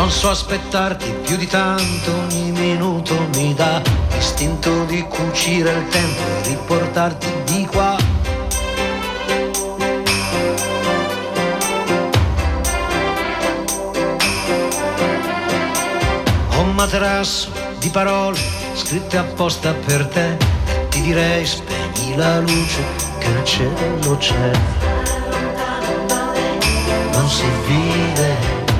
Non so aspettarti più di tanto, ogni minuto mi dà l'istinto di cucire il tempo e riportarti di qua. Ho un materasso di parole scritte apposta per te, ti direi spegni la luce che nel cielo c'è. Non si vive,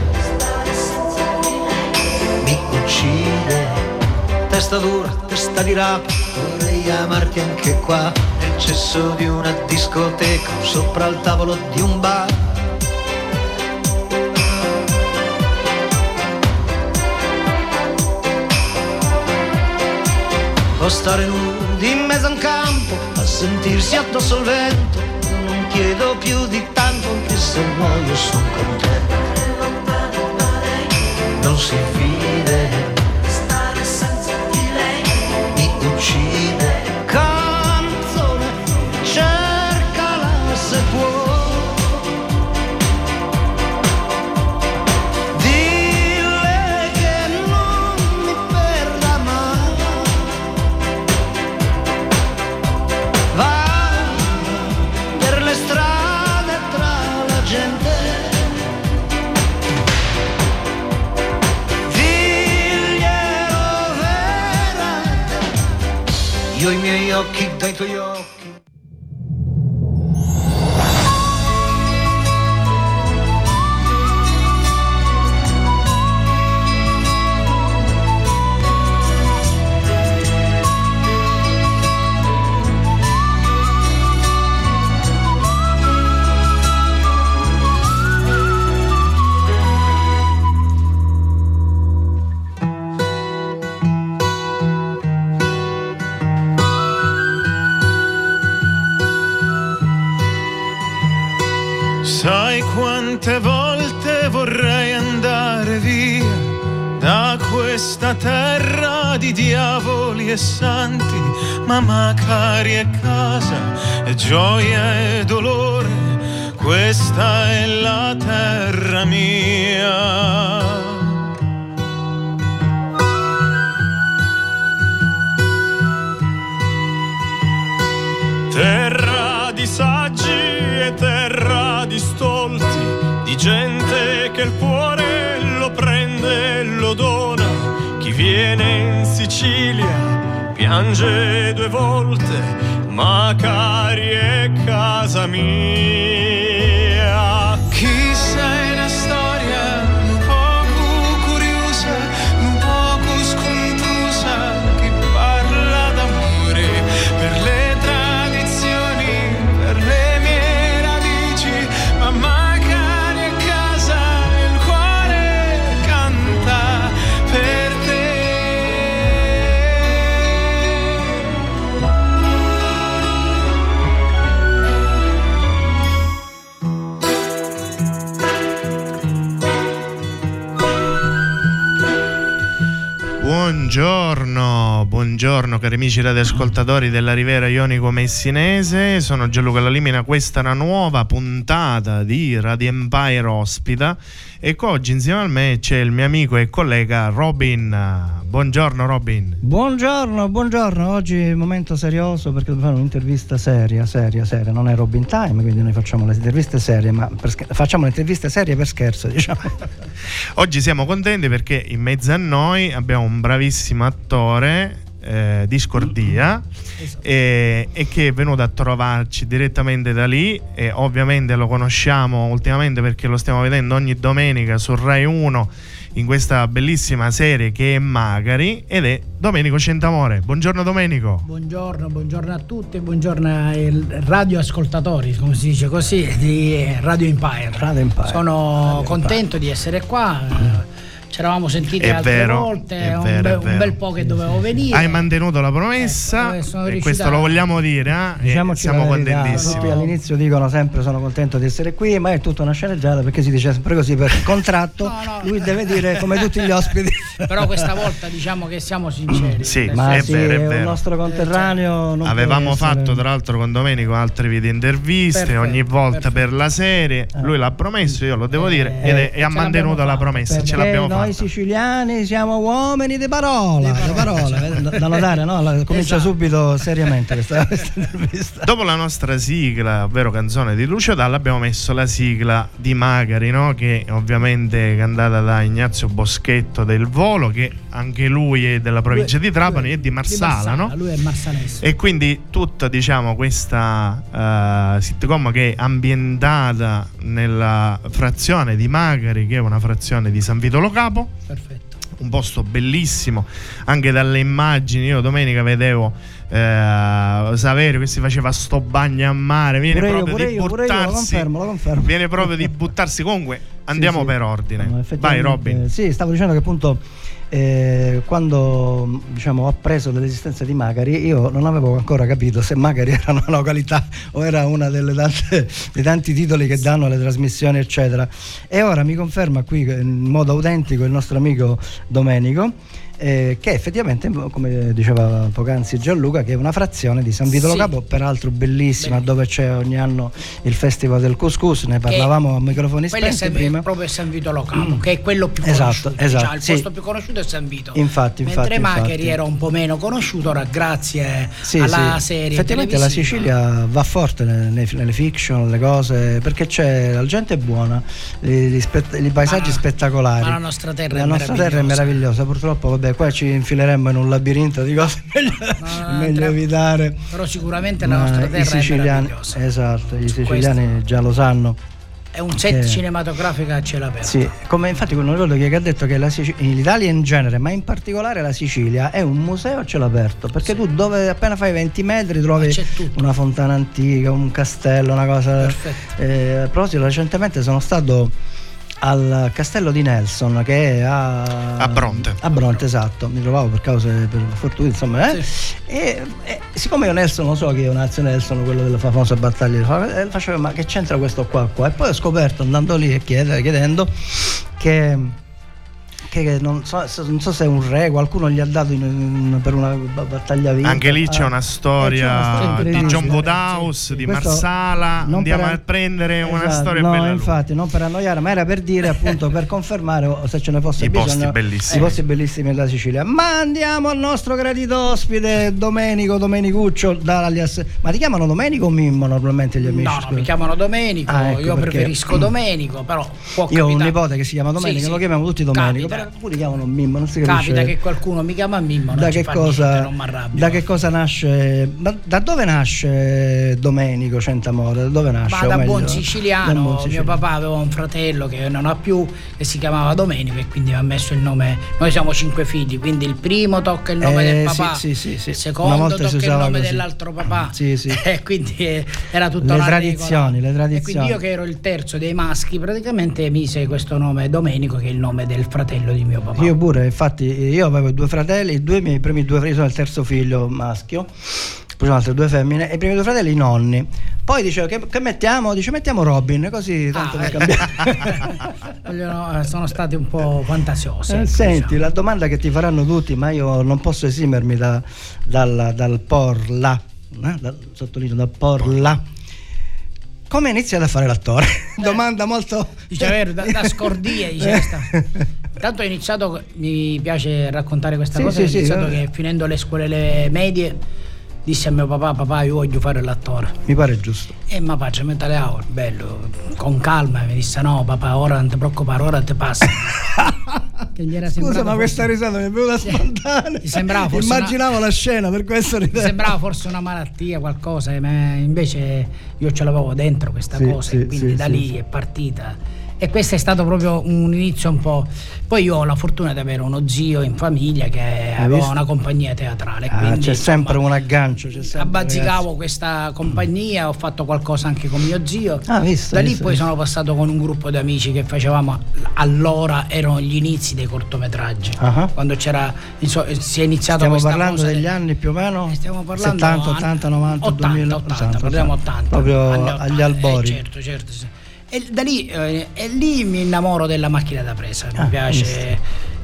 mi uccide, testa dura, testa di rapa, vorrei amarti anche qua, nel cesso di una discoteca, sopra il tavolo di un bar. O stare nudi in mezzo a un campo, a sentirsi addosso al vento, non chiedo più di tanto, anche se muoio son contento. Non si vide, stare senza di lei mi uccide. Canzone, cercala se può. Dille che non mi perda mai. Va per le strade tra la gente. Io i miei occhi dai tuoi occhi. Sai quante volte vorrei andare via da questa terra di diavoli e santi, ma magari è casa, è gioia e dolore, questa è la terra mia. Terra di saggi e terra di stolti, di gente che il cuore lo prende e lo dona. Chi viene in Sicilia piange 2 volte, Macari è casa mia. Chi sei una storia un poco curiosa, un poco scontusa, che parla d'amore per le tradizioni, per le mie radici, ma Macari è casa e il cuore canta per te. Buongiorno cari amici radioascoltatori della Riviera Ionico Messinese, sono Gianluca Lalimina, questa è una nuova puntata di Radio Empire Ospita e oggi insieme a me c'è il mio amico e collega Robin. Buongiorno Robin. Buongiorno, oggi è un momento serioso perché dobbiamo fare un'intervista seria, non è Robin Time, quindi noi facciamo le interviste serie, ma facciamo le interviste serie per scherzo, diciamo. Oggi siamo contenti perché in mezzo a noi abbiamo un bravissimo attore di Scordia, esatto. E che è venuto a trovarci direttamente da lì e ovviamente lo conosciamo ultimamente perché lo stiamo vedendo ogni domenica su Rai 1 in questa bellissima serie che è Macari, ed è Domenico Centamore. Buongiorno Domenico. Buongiorno a tutti, buongiorno ai radioascoltatori, come si dice così, di Radio Empire. Sono contento di essere qua. Ci eravamo sentiti altre volte, un bel po' che dovevo venire. Hai mantenuto la promessa, e questo lo vogliamo dire, diciamoci, siamo contentissimi. Tutti all'inizio dicono sempre sono contento di essere qui, ma è tutta una sceneggiata perché si dice sempre così per contratto. Lui deve dire come tutti gli ospiti. Però questa volta diciamo che siamo sinceri. Sì, ma è sì, vero, è un vero. nostro conterraneo. Non avevamo può essere. fatto tra l'altro con Domenico altre video interviste. Perfetto, ogni volta perfetto. per la serie lui l'ha promesso, io lo devo dire, e ha mantenuto la promessa. Perché Ce l'abbiamo noi fatta. siciliani siamo uomini di parola, Di parola. da notare, no? Comincia Esatto. subito seriamente questa intervista. Dopo la nostra sigla, ovvero canzone di Lucio Dalla, abbiamo messo la sigla di Magari, no? Che ovviamente è cantata da Ignazio Boschetto del Volo, che anche lui è della provincia di Trapani e di Marsala, no? Lui è marsanese. E quindi tutta, diciamo, questa sitcom che è ambientata nella frazione di Magari, che è una frazione di San Vito Lo Capo. Perfetto. Un posto bellissimo, anche dalle immagini. Io domenica vedevo Saverio che si faceva sto bagno a mare. Viene proprio di buttarsi. Lo confermo. Viene proprio di buttarsi. Comunque andiamo Sì. per ordine. No, Vai effettivamente, Robin. Sì, stavo dicendo che appunto quando diciamo ho appreso dell'esistenza di Magari, io non avevo ancora capito se Magari era una località o era una dei tanti titoli che danno alle trasmissioni eccetera, e ora mi conferma qui in modo autentico il nostro amico Domenico che effettivamente, come diceva poc'anzi Gianluca, che è una frazione di San Vito Lo Capo, peraltro bellissima, dove c'è ogni anno il Festival del Couscous, ne parlavamo a microfoni spenti prima. Proprio San Vito Lo Capo, che è quello più Esatto, conosciuto, esatto, cioè, il posto più conosciuto è San Vito. Mentre Magari era un po' meno conosciuto, ora grazie alla serie effettivamente la Sicilia va forte nelle fiction, nelle cose, perché c'è la gente è buona, i paesaggi spettacolari, ma la nostra terra è meravigliosa. Purtroppo vabbè, qua ci infileremmo in un labirinto di cose meglio evitare, però sicuramente la nostra terra è meravigliosa. Esatto, i siciliani già lo sanno. È un set cinematografico a cielo aperto. Sì, come infatti non ricordo chi ha detto che l'Italia in genere, ma in particolare la Sicilia, è un museo a cielo aperto, perché tu dove appena fai 20 metri trovi una fontana antica, un castello, una cosa. Perfetto. Proprio recentemente sono stato al castello di Nelson, che è a Bronte, esatto, mi trovavo per fortuna, insomma, e siccome io Nelson lo so che è Orazio Nelson, quello della famosa battaglia, facevo, ma che c'entra questo qua? E poi ho scoperto, andando lì e chiedendo, che non so se è un re, qualcuno gli ha dato per una battaglia vinta. Anche lì c'è una storia di John Woodhouse, di Marsala. Andiamo a prendere una storia bella. No, infatti, non per annoiare, ma era per dire, appunto, per confermare se ce ne fosse i bisogno, posti bellissimi della Sicilia. Ma andiamo al nostro gradito ospite Domenicuccio d'alias. Ma ti chiamano Domenico o Mimmo normalmente gli amici? No, mi chiamano Domenico, ecco, io preferisco Domenico, però io ho un nipote che si chiama Domenico, lo chiamiamo tutti Domenico. Pure chiamano Mimmo, non si capisce. Capita che qualcuno mi chiama Mimmo, non ci fa niente, non mi arrabbio. Da che cosa nasce? Da dove nasce Domenico Centamore? Da dove nasce? Ma da buon siciliano. Mio papà aveva un fratello che non ha più, che si chiamava Domenico, e quindi mi ha messo il nome. Noi siamo 5 figli, quindi il primo tocca il nome del papà, sì. il secondo tocca il nome dell'altro papà. E quindi era tutta le tradizioni. E quindi io, che ero il terzo dei maschi, praticamente mise questo nome Domenico, che è il nome del fratello di mio papà. Io pure, infatti, io avevo 2 fratelli, i miei primi 2 fratelli, sono il terzo figlio maschio, poi sono altre 2 femmine, e i primi 2 fratelli i nonni. Poi dicevo che mettiamo? Dice mettiamo Robin, così tanto per cambiare. Sono stati un po' fantasiosi. Senti, la domanda che ti faranno tutti, ma io non posso esimermi dal porla, sottolineo dal porla. Come iniziate a fare l'attore? Domanda molto... Dice, da scordie, dice. Tanto ho iniziato, mi piace raccontare questa cosa, ho iniziato che finendo le scuole medie dissi a mio papà, io voglio fare l'attore. Mi pare giusto. E ma faccia mettere aula, bello, con calma, mi disse no papà, ora non ti preoccupare, ora ti passa. Che gli era scusa, ma questa risata mi è venuta spontanea. Sembrava forse immaginavo la scena, per questo ridevo. Sembrava forse una malattia, qualcosa, ma invece io ce l'avevo dentro questa cosa, e quindi da lì è partita. E questo è stato proprio un inizio un po'. Poi io ho la fortuna di avere uno zio in famiglia che aveva una compagnia teatrale. Quindi, c'è sempre un aggancio. Abbazicavo questa compagnia, ho fatto qualcosa anche con mio zio. Da lì poi sono passato con un gruppo di amici che facevamo, allora erano gli inizi dei cortometraggi. Quando c'era, si è iniziato. Stiamo parlando degli anni più o meno? Stiamo parlando 70, 80, 90, 2000, 80, parliamo 80. Proprio agli albori. Certo. E da lì, mi innamoro della macchina da presa, mi piace.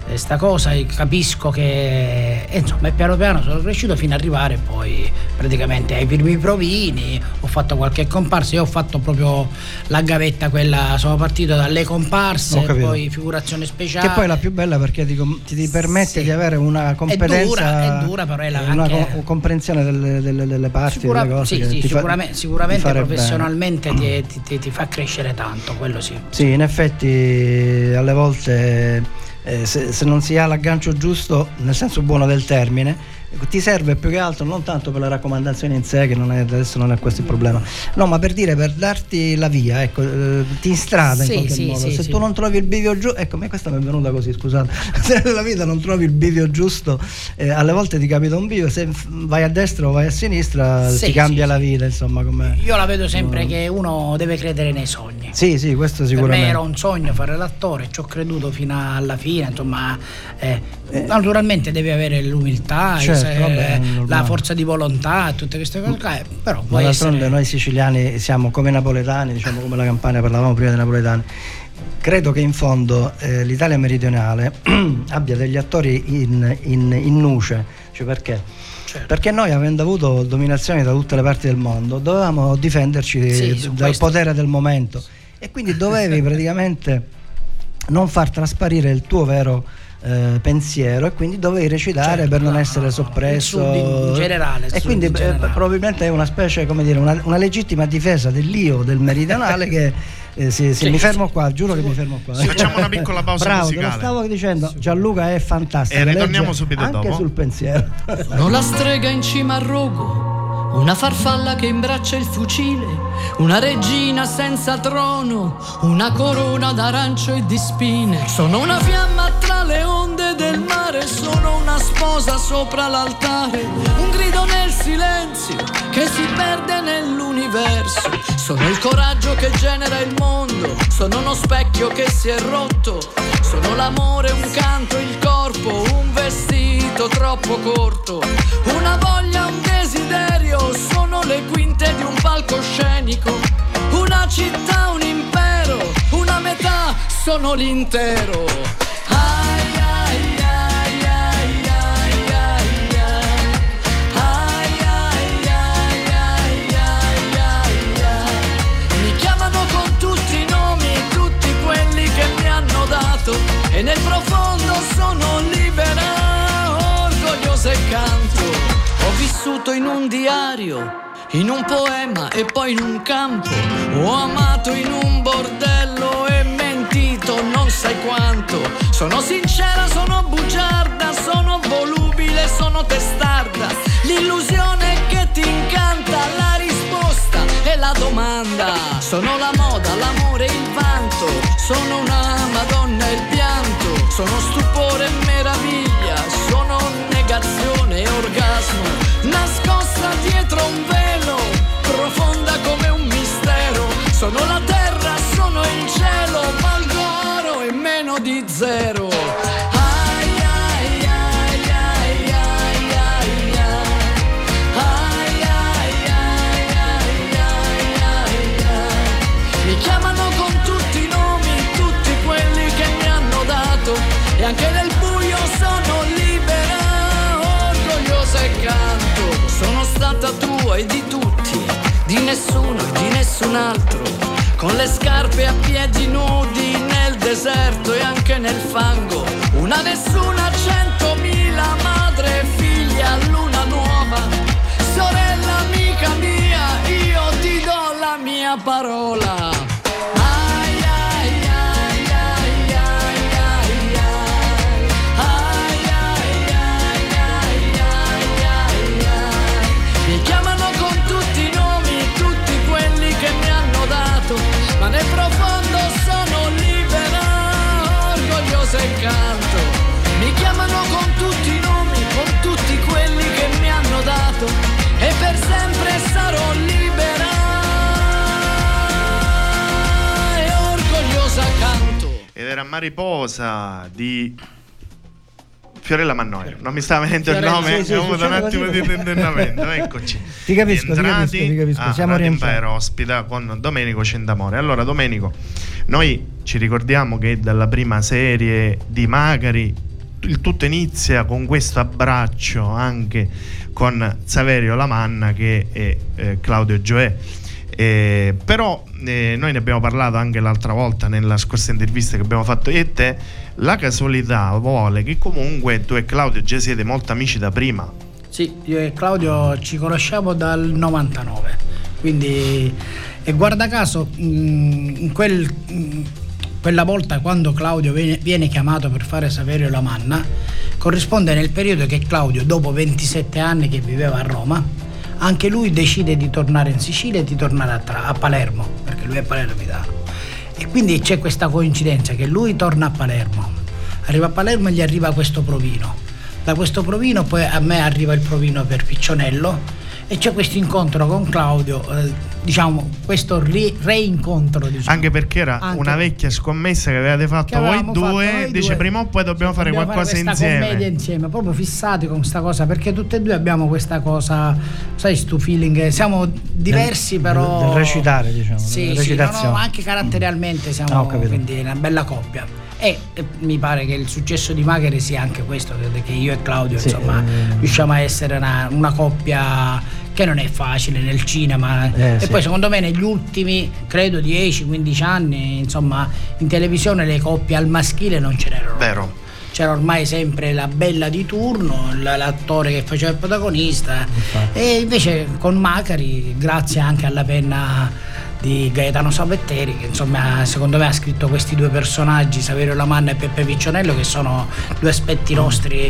sta cosa, e capisco che insomma piano piano sono cresciuto fino ad arrivare poi praticamente ai primi provini. Ho fatto qualche comparsa, io ho fatto proprio la gavetta quella, sono partito dalle comparse, poi figurazione speciale, che poi è la più bella perché ti permette di avere una competenza, è dura però è una comprensione delle parti, delle cose sicuramente professionalmente ti fa crescere tanto, quello sì, in effetti alle volte se non si ha l'aggancio giusto, nel senso buono del termine, ti serve più che altro non tanto per le raccomandazioni in sé, che adesso non è questo il problema, no, ma per darti la via, ecco, ti instrada in qualche modo. Se tu non trovi il bivio giusto, ecco, questa mi è venuta così, scusate, se nella vita non trovi il bivio giusto, alle volte ti capita un bivio, se vai a destra o vai a sinistra ti cambia la vita, insomma. Io la vedo sempre che uno deve credere nei sogni. Sì, questo sicuramente. Per me era un sogno fare l'attore, ci ho creduto fino alla fine, insomma, naturalmente devi avere l'umiltà, la forza di volontà, tutte queste cose qua, però ma d'altronde noi siciliani siamo come i napoletani, diciamo, come la Campania, parlavamo prima dei napoletani. Credo che in fondo l'Italia meridionale abbia degli attori in nuce, cioè perché? Certo. Perché noi, avendo avuto dominazioni da tutte le parti del mondo, dovevamo difenderci dal potere del momento, e quindi dovevi praticamente non far trasparire il tuo vero pensiero, e quindi dovevi recitare per non essere soppresso in generale, e quindi probabilmente è una specie, come dire, una legittima difesa dell'io del meridionale che mi fermo qua, giuro che mi fermo qua. Facciamo una piccola pausa musicale. Te lo stavo dicendo, Gianluca è fantastico, e ritorniamo subito anche dopo sul pensiero. Sono la strega in cima al rogo, una farfalla che imbraccia il fucile, una regina senza trono, una corona d'arancio e di spine. Sono una fiamma tra le onde del mare, sono una sposa sopra l'altare, un grido nel silenzio che si perde nell'universo. Sono il coraggio che genera il mondo, sono uno specchio che si è rotto, sono l'amore, un canto, il corpo, un vestito troppo corto, una voglia, un desiderio, sono le quinte di un palcoscenico, una città, un impero, una metà, sono l'intero. Ai, ai, ai, ai, ai, ai, ai, ai, ai, ai, ai, ai. Mi chiamano con tutti i nomi, tutti quelli che mi hanno dato, e nel profondo sono libera, orgogliosa e canto. Ho vissuto in un diario, in un poema e poi in un campo, ho amato in un bordello e mentito non sai quanto. Sono sincera, sono bugiarda, sono volubile, sono testarda, l'illusione che ti incanta, la risposta e la domanda. Sono la moda, l'amore, il vanto, sono una madonna e il pianto, sono stupore e meraviglia, sono negazione e orgasmo, nascosta dietro un velo, profonda come un mistero. Sono la terra, sono il cielo, valgo oro e meno di zero. Ai, ai, ai, ai, ai, ai, ai, ai, ai, ai, ai. Mi chiamano con tutti i nomi, tutti quelli che mi hanno dato, e anche nel buio sono libera, orgogliosa e canto. Sono stata tua e di tutti, di nessuno e di nessun altro, con le scarpe a piedi nudi nel deserto e anche nel fango, una nessuna, 100.000, madre e figlia, luna nuova, sorella amica mia, io ti do la mia parola. Ma nel profondo sono libera, orgogliosa e canto. Mi chiamano con tutti i nomi, con tutti quelli che mi hanno dato, e per sempre sarò libera e orgogliosa canto. Ed era Mariposa di Fiorella Mannoia. Non mi stava venendo il nome, ho avuto un attimo di tentennamento. Eccoci. Ti capisco. Siamo Tempera ospita con Domenico Cendamore. Allora, Domenico, noi ci ricordiamo che dalla prima serie di Magari il tutto inizia con questo abbraccio anche con Saverio Lamanna che è Claudio Gioè. Però noi ne abbiamo parlato anche l'altra volta nella scorsa intervista che abbiamo fatto io e te. La casualità vuole che comunque tu e Claudio già siete molto amici da prima. Sì, io e Claudio ci conosciamo dal 99, quindi, e guarda caso quella volta quando Claudio viene chiamato per fare Saverio Lamanna corrisponde nel periodo che Claudio, dopo 27 anni che viveva a Roma, anche lui decide di tornare in Sicilia e di tornare a Palermo, perché lui è palermitano, e quindi c'è questa coincidenza che lui torna a Palermo, arriva a Palermo e gli arriva questo provino, da questo provino poi a me arriva il provino per Piccionello e c'è questo incontro con Claudio, diciamo questo reincontro, diciamo. Anche perché era una vecchia scommessa che avevate fatto voi due, dice prima o poi dobbiamo fare qualcosa insieme, commedia insieme, proprio fissati con questa cosa, perché tutte e due abbiamo questa cosa, sai, sto feeling, siamo diversi però del recitare, diciamo, sì, recitazione. No, anche caratterialmente siamo quindi una bella coppia. E mi pare che il successo di Macari sia anche questo, che io e Claudio insomma riusciamo a essere una coppia che non è facile nel cinema, e poi secondo me negli ultimi credo 10-15 anni insomma in televisione le coppie al maschile non ce n'erano. Vero. C'era ormai sempre la bella di turno, l'attore che faceva il protagonista. Infatti. E invece con Macari, grazie anche alla penna di Gaetano Sabetteri, che insomma secondo me ha scritto questi due personaggi, Saverio Lamanna e Peppe Piccionello, che sono due aspetti nostri,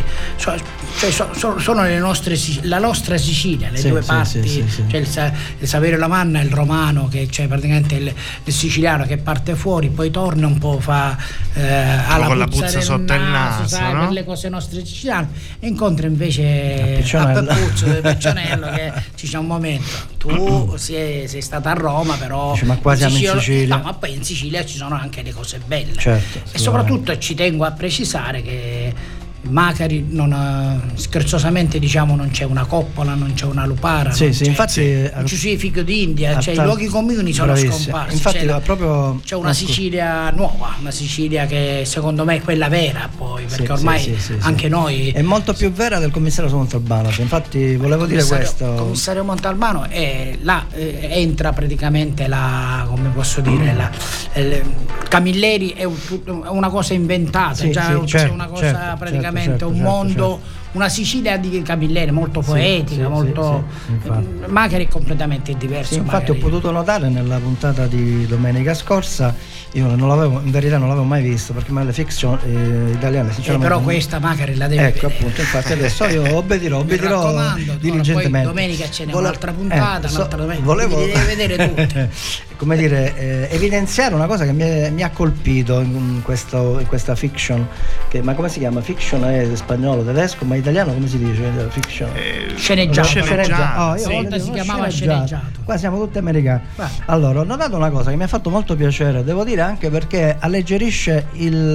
sono le nostre, la nostra Sicilia, le due parti, cioè il Saverio Lamanna è il romano, che c'è praticamente il siciliano che parte fuori, poi torna un po', fa alla puzza sotto il naso, sai, no? Per le cose nostre siciliane, e incontra invece a Peppuzzo del Piccionello che ci c'è un momento, tu sei stata a Roma però ma qua siamo in Sicilia. No, ma poi in Sicilia ci sono anche le cose belle, certo, e soprattutto ci tengo a precisare che Macari scherzosamente diciamo non c'è una coppola, non c'è una lupara, infatti non ci sono fico d'India, i luoghi comuni sono scomparsi, infatti c'è una Sicilia nuova, una Sicilia che secondo me è quella vera, poi perché ormai anche noi è molto più vera del commissario Montalbano, infatti volevo dire questo. Il commissario Montalbano entra praticamente come posso dire, Camilleri è una cosa inventata, c'è una cosa praticamente un mondo, una Sicilia di Camilleri molto poetica, molto Macari è completamente diverso. Infatti ho potuto notare nella puntata di domenica scorsa, io in verità non l'avevo mai visto perché le fiction italiane sinceramente però questa Macari la deve vedere. Appunto, infatti adesso io obbedirò diligentemente. Poi domenica ce n'è un'altra puntata, un'altra domenica, devi vedere tutte. Come dire, evidenziare una cosa che mi ha colpito in questa fiction, ma come si chiama? Fiction è spagnolo, tedesco, ma italiano come si dice? Fiction? Sceneggiato. Si chiamava sceneggiato. Qua siamo tutti americani. Allora, ho notato una cosa che mi ha fatto molto piacere, devo dire, anche perché alleggerisce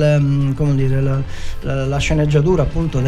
la sceneggiatura appunto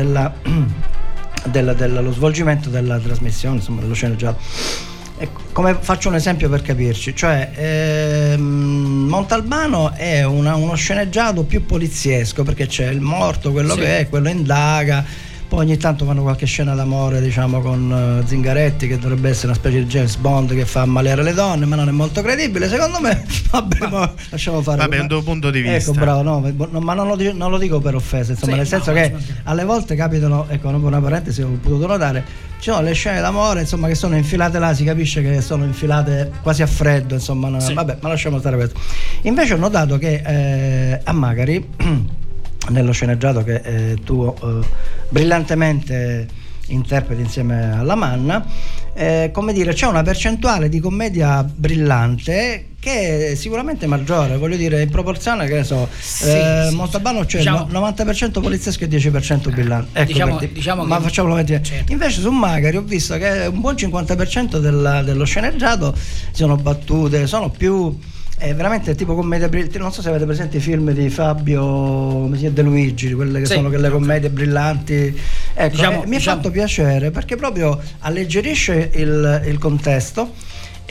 dello svolgimento della trasmissione, insomma, dello sceneggiato. Come faccio un esempio per capirci, cioè Montalbano è uno sceneggiato più poliziesco, perché c'è il morto, quello che è, quello indaga, poi ogni tanto fanno qualche scena d'amore, diciamo, con Zingaretti, che dovrebbe essere una specie di James Bond che fa ammaliare le donne, ma non è molto credibile secondo me. Vabbè, lasciamo fare. Vabbè, è un tuo punto di vista. Ecco, bravo, ma non lo dico per offesa, insomma, nel senso che alle volte capitano, ecco, una parentesi ho potuto notare, ci sono le scene d'amore, insomma, che sono infilate là, si capisce che sono infilate quasi a freddo, insomma, vabbè, ma lasciamo stare questo. Invece ho notato che a Macari nello sceneggiato che tu brillantemente interpreti insieme alla Manna, come dire, c'è una percentuale di commedia brillante che è sicuramente maggiore, voglio dire, in proporzione, che ne so, Montalbano c'è, diciamo, 90% poliziesco e 10% brillante, ecco, diciamo ma facciamolo mettere. Certo. Invece su Macari ho visto che un buon 50% dello sceneggiato sono battute, sono più veramente tipo commedia brillante. Non so se avete presente i film di Fabio De Luigi, quelle che sono quelle commedie brillanti, ecco, mi ha fatto piacere perché proprio alleggerisce il contesto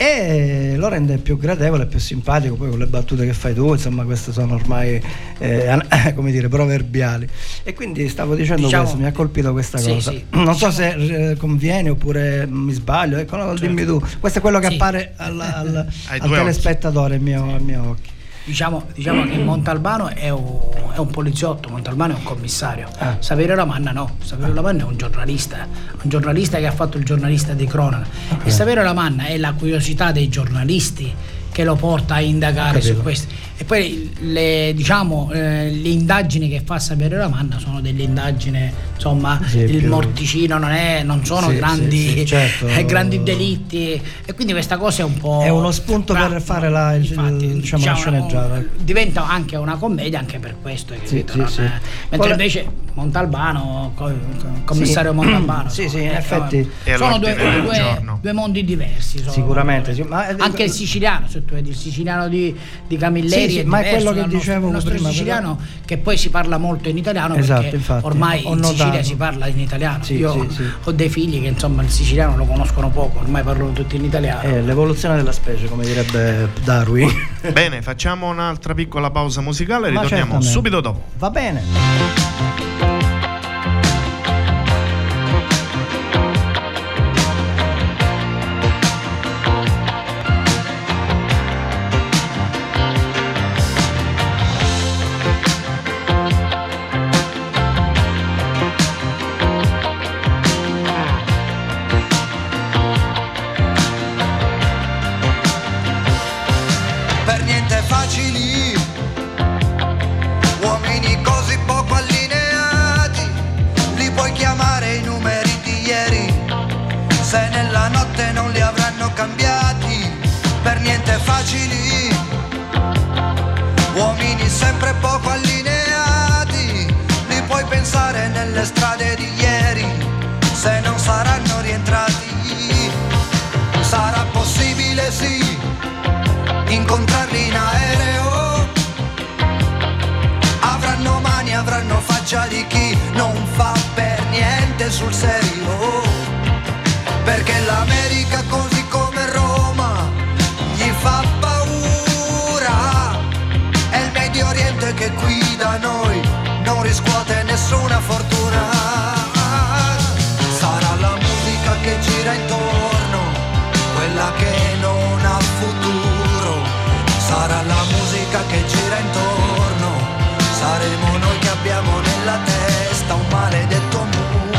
e lo rende più gradevole, più simpatico. Poi con le battute che fai tu, insomma, queste sono ormai come dire, proverbiali. E quindi stavo dicendo questo, mi ha colpito questa cosa. Sì. Non so se conviene oppure mi sbaglio, ecco, no, dimmi tu. Questo è quello che appare al telespettatore, al mio occhio. Diciamo che Montalbano è un poliziotto, Montalbano è un commissario. Saverio Lamanna no, Saverio Lamanna è un giornalista che ha fatto il giornalista di cronaca. E Saverio Lamanna è la curiosità dei giornalisti che lo porta a indagare su questo. E poi le indagini che fa Saverio Lamanna sono delle indagini, insomma, il morticino non sono grandi grandi delitti, e quindi questa cosa è un po', è uno spunto per fare la sceneggiata. Diventa anche una commedia anche per questo, mentre invece Montalbano, commissario Montalbano, in effetti sono due mondi diversi, sicuramente anche il siciliano, se tu vedi il siciliano di Camilleri, ma è quello che dicevo il nostro prima, siciliano, che poi si parla molto in italiano, perché infatti, ormai in Sicilia si parla in italiano. Io ho dei figli che insomma il siciliano lo conoscono poco, ormai parlano tutti in italiano. L'evoluzione della specie, come direbbe Darwin. Bene, facciamo un'altra piccola pausa musicale, ritorniamo subito dopo. Va bene. Uomini sempre poco allineati, li puoi pensare nelle strade di ieri, se non saranno rientrati. Sarà possibile sì incontrarli in aereo, avranno mani, avranno faccia di chi non fa per niente sul serio, perché l'America così come Roma gli fa paura. È il Medio Oriente che qui da noi non riscuote nessuna fortuna. Sarà la musica che gira intorno, quella che non ha futuro. Sarà la musica che gira intorno, saremo noi che abbiamo nella testa un maledetto muro.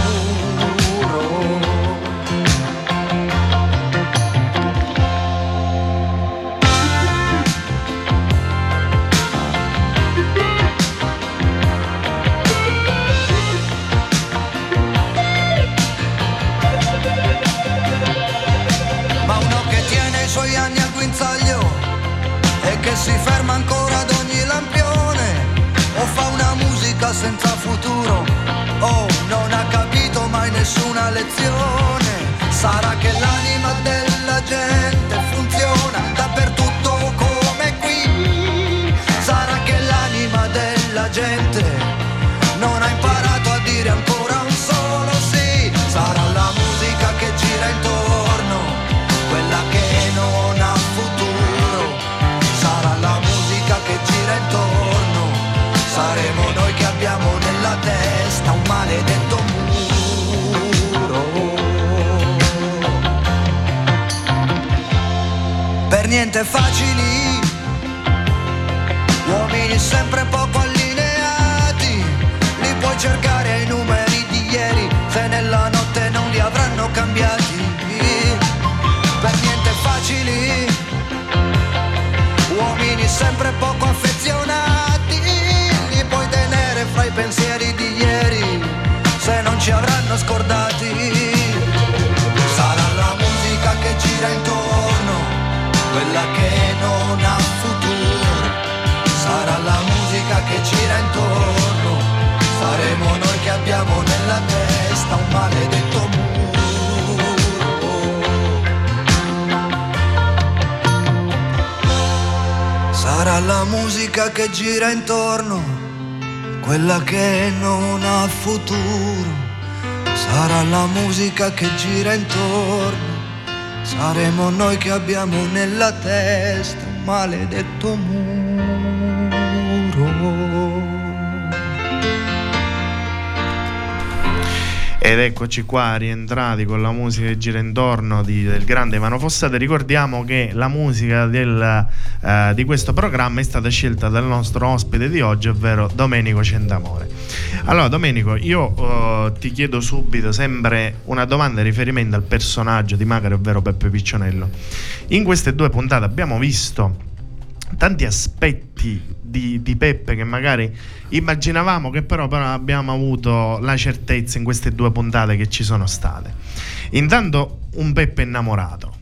Suoi anni al guinzaglio e che si ferma ancora ad ogni lampione, o fa una musica senza futuro, o non ha capito mai nessuna lezione. Sarà che l'anima della gente funziona dappertutto come qui. Sarà che l'anima della gente non ha imparato a dire ancora un solo sì. Sarà la musica che gira intorno, quella che non ha futuro. Sarà la musica che gira intorno, saremo noi che abbiamo nella testa un maledetto muro. Per niente facili, uomini sempre poco allineati, li puoi cercare ai numeri di ieri, se nella notte non li avranno cambiati. Per niente facili, uomini sempre poco affezionati, li puoi tenere fra i pensieri di ieri, se non ci avranno scordati. Sarà la musica che gira intorno, quella che non ha futuro. Sarà la musica che gira intorno, saremo noi che abbiamo nella testa un maledetto muro. Sarà la musica che gira intorno, quella che non ha futuro. Sarà la musica che gira intorno, saremo noi che abbiamo nella testa un maledetto muro. Ed eccoci qua rientrati con la musica che gira intorno del grande Ivano Fossati. Ricordiamo che la musica di questo programma è stata scelta dal nostro ospite di oggi, ovvero Domenico Centamore. Allora Domenico, io ti chiedo subito sempre una domanda in riferimento al personaggio di Macari, ovvero Peppe Piccionello. In queste 2 puntate abbiamo visto tanti aspetti di Peppe che magari immaginavamo, che però abbiamo avuto la certezza in queste 2 puntate che ci sono state. Intanto un Peppe innamorato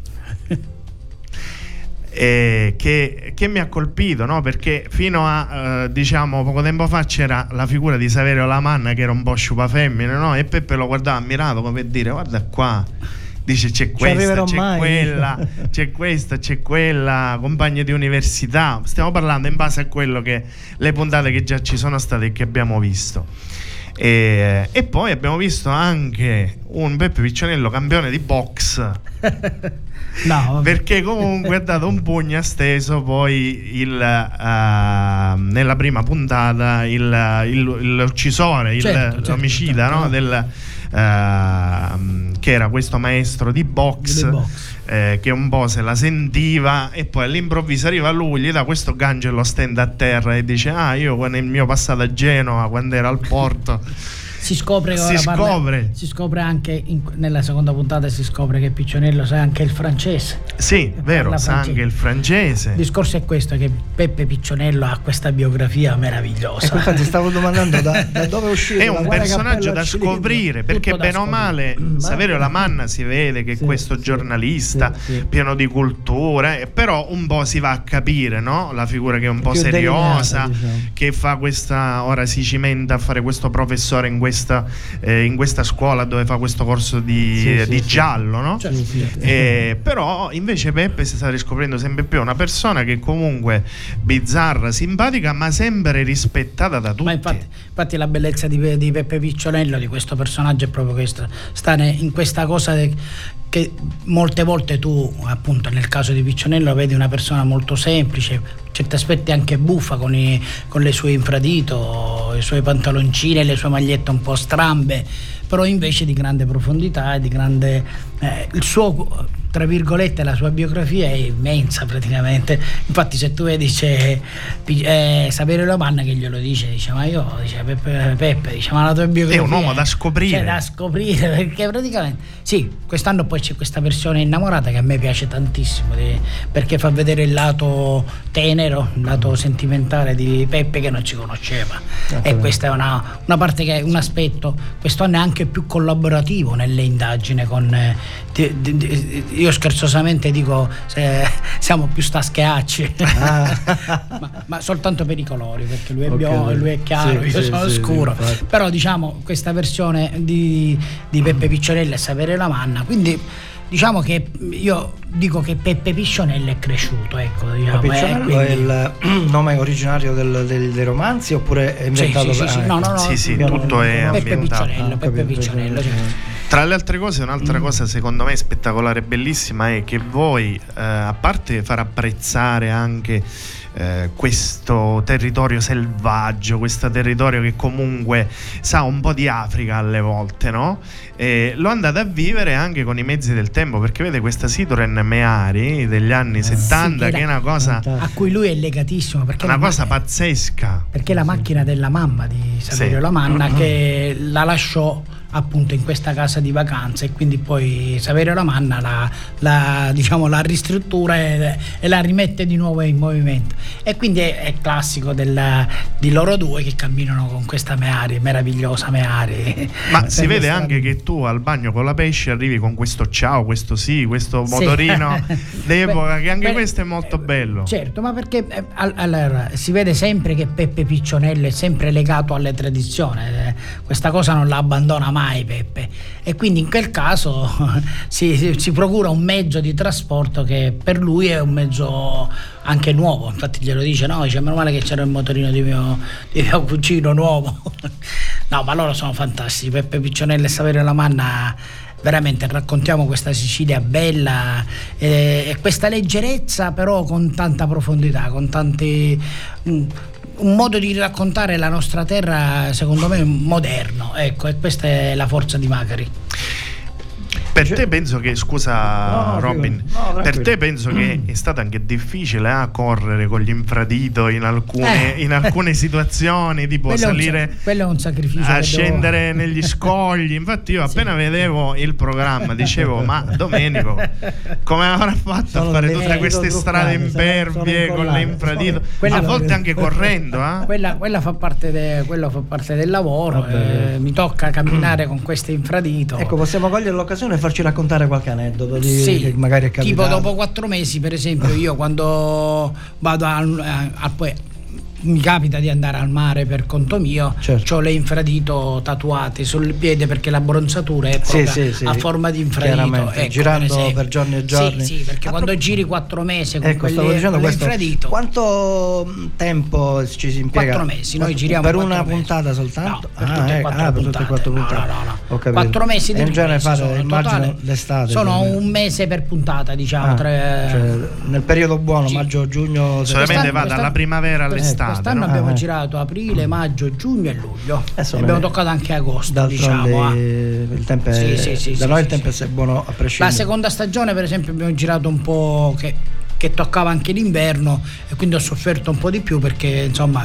che mi ha colpito, no? Perché fino a diciamo poco tempo fa c'era la figura di Saverio Lamanna che era un po' sciupafemmine, no? E Peppe lo guardava ammirato come per dire: guarda qua, dice c'è questa, c'è mai quella, c'è questa, c'è quella, compagni di università. Stiamo parlando in base a quello che le puntate che già ci sono state e che abbiamo visto. E poi abbiamo visto anche un Peppe Piccionello campione di box. No, perché comunque ha dato un pugno a steso poi nella prima puntata l'uccisore, l'omicida, certo. No? Che era questo maestro di box. Che un po' se la sentiva, e poi all'improvviso arriva lui, gli dà questo gancio e lo stende a terra e dice: io nel mio passato a Genova, quando era al porto. Si scopre anche nella seconda puntata si scopre che Piccionello sa anche il francese. Sì, vero, sa anche il francese. Il discorso è questo, che Peppe Piccionello ha questa biografia meravigliosa. Ecco, infatti stavo domandando da dove è uscito. È un personaggio da scoprire, perché bene o male Saverio Lamanna si vede che questo giornalista pieno di cultura, però un po' si va a capire, no? La figura che è un po' seriosa, diciamo, che fa ora si cimenta a fare questo professore in questa scuola dove fa questo corso di giallo, no? Però invece Peppe si sta riscoprendo sempre più una persona che comunque bizzarra, simpatica, ma sempre rispettata da tutti. Ma infatti la bellezza di Peppe Piccionello, di questo personaggio, è proprio questo, sta in questa cosa che molte volte tu, appunto nel caso di Piccionello, vedi una persona molto semplice, certi aspetti anche buffa, con le sue infradito, i suoi pantaloncini, le sue magliette un po' strambe, però invece di grande profondità e di grande il suo, tra virgolette, la sua biografia è immensa praticamente. Infatti se tu vedi c'è Saverio Lamanna che glielo dice ma io, Peppe, ma la tua biografia è un uomo da scoprire, cioè, da scoprire, perché praticamente sì, quest'anno poi c'è questa versione innamorata che a me piace tantissimo, perché fa vedere il lato tenero, il lato sentimentale di Peppe che non ci conosceva, e questa è una parte che è un aspetto quest'anno è anche più collaborativo nelle indagini con io scherzosamente dico siamo più stascheacci, ma soltanto per i colori, perché lui è biondo, lui è chiaro, io sono scuro, però diciamo questa versione di Peppe Piccionello e Saverio Lamanna, quindi diciamo che io dico che Peppe Piccionello è cresciuto, ecco, diciamo. Piccionello è il nome originario dei romanzi oppure è inventato? Sì, tutto è ambientato. Peppe Piccionello. Tra le altre cose, un'altra cosa secondo me spettacolare e bellissima è che voi, a parte far apprezzare anche questo territorio selvaggio, questo territorio che comunque sa un po' di Africa alle volte, no? Lo andate a vivere anche con i mezzi del tempo, perché vede questa Citroen Meari degli anni 70 che è una cosa a cui lui è legatissimo, perché una cosa pazzesca, perché la macchina della mamma di Saverio Lamanna che la lasciò appunto in questa casa di vacanza, e quindi poi Saverio Lamanna la ristruttura e la rimette di nuovo in movimento, e quindi è classico di loro due che camminano con questa Meari, meravigliosa Meari. Ma si vede anche che tu al bagno con la pesce arrivi con questo questo motorino d'epoca, che anche questo è molto bello. Certo, ma perché allora si vede sempre che Peppe Piccionello è sempre legato alle tradizioni, questa cosa non la abbandona mai Peppe, e quindi in quel caso si procura un mezzo di trasporto che per lui è un mezzo anche nuovo, infatti glielo dice, meno male che c'era il motorino di mio cugino nuovo. No, ma loro sono fantastici, Peppe Piccionello e Saverio Lamanna veramente raccontiamo questa Sicilia bella e questa leggerezza, però con tanta profondità, con tanti un modo di raccontare la nostra terra secondo me moderno, ecco, e questa è la forza di Macari. Per te penso che, scusa Robin, per te penso che è stato anche difficile correre con gli infradito in alcune situazioni, tipo quello salire, quello è un sacrificio, a scendere negli scogli. Infatti io appena vedevo il programma dicevo, ma Domenico come avrà fatto a fare tutte queste strade impervie con l'infradito, a volte anche correndo? Quella fa parte del lavoro, mi tocca camminare con questo infradito. Ecco, possiamo cogliere l'occasione farci raccontare qualche aneddoto che magari è capitato. Tipo dopo 4 mesi, per esempio, io quando vado mi capita di andare al mare per conto mio, ho le infradito tatuate sul piede perché la bronzatura è proprio a forma di infradito, ecco, girando per giorni e giorni. Sì, perché quando giri 4 mesi con l'infradito, quanto tempo ci si impiega? 4 mesi, noi giriamo per una puntata soltanto? No, per tutte e 4 puntate. No. 4 mesi di immagino l'estate. Sono un mese per puntata, diciamo. Cioè, nel periodo buono, maggio, giugno. Solamente va dalla primavera all'estate. Quest'anno abbiamo girato aprile, maggio, giugno e luglio. Abbiamo toccato anche agosto, diciamo. Il tempo è, da noi il tempo è buono a prescindere. La seconda stagione, per esempio, abbiamo girato un po' che toccava anche l'inverno e quindi ho sofferto un po' di più perché insomma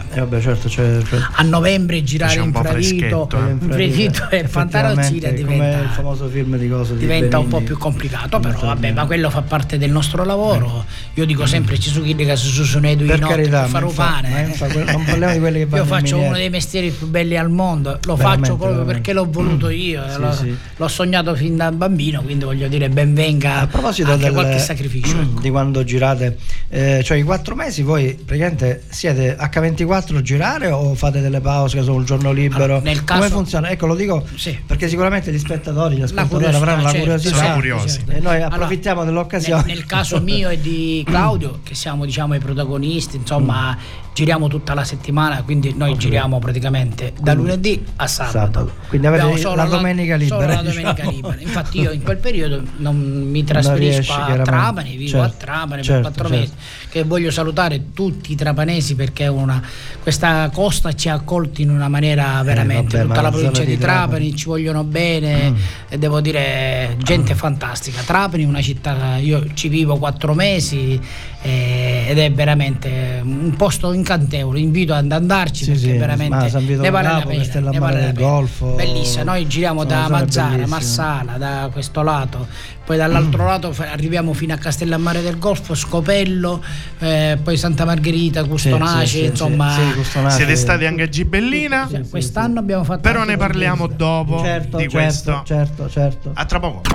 a novembre girare infradito e Fantarozzina diventa il famoso film di diventa un po' più complicato, però vabbè, ma quello fa parte del nostro lavoro. Io dico sempre ci sono che si sono i per carità, per fare pane. Non parliamo di quelli che vanno. Io faccio uno dei mestieri più belli al mondo, lo faccio proprio perché l'ho voluto io, l'ho sognato fin da bambino, quindi voglio dire ben venga a proposito anche qualche sacrificio, ecco. Di quando girate, cioè i 4 mesi voi praticamente siete H24 a girare o fate delle pause che sono un giorno libero? Nel caso, come funziona? Ecco, lo dico perché sicuramente gli spettatori, gli ascoltatori avranno la curiosità, e noi approfittiamo dell'occasione. Nel caso mio e di Claudio, che siamo diciamo i protagonisti, insomma giriamo tutta la settimana, quindi noi giriamo praticamente da lunedì a sabato. Quindi avete la domenica libera. Solo la domenica libera. Infatti io in quel periodo non mi trasferisco a Trapani, vivo a Trapani per 4 mesi, che voglio salutare tutti i trapanesi perché questa costa ci ha accolti in una maniera veramente, tutta la provincia di Trapani ci vogliono bene e devo dire gente fantastica. Trapani è una città, io ci vivo 4 mesi ed è veramente un posto incantevole, invito ad andarci perché veramente ne vale la pena, ne vale la pena. Golfo, bellissima. Noi giriamo da Mazzara, Marsala, da questo lato, poi dall'altro lato arriviamo fino a Castellammare del Golfo, Scopello, poi Santa Margherita, Custonaci, insomma. Custonaci. Siete stati anche a Gibellina? Quest'anno abbiamo fatto. Però ne parliamo dopo di questo. Certo. A tra poco.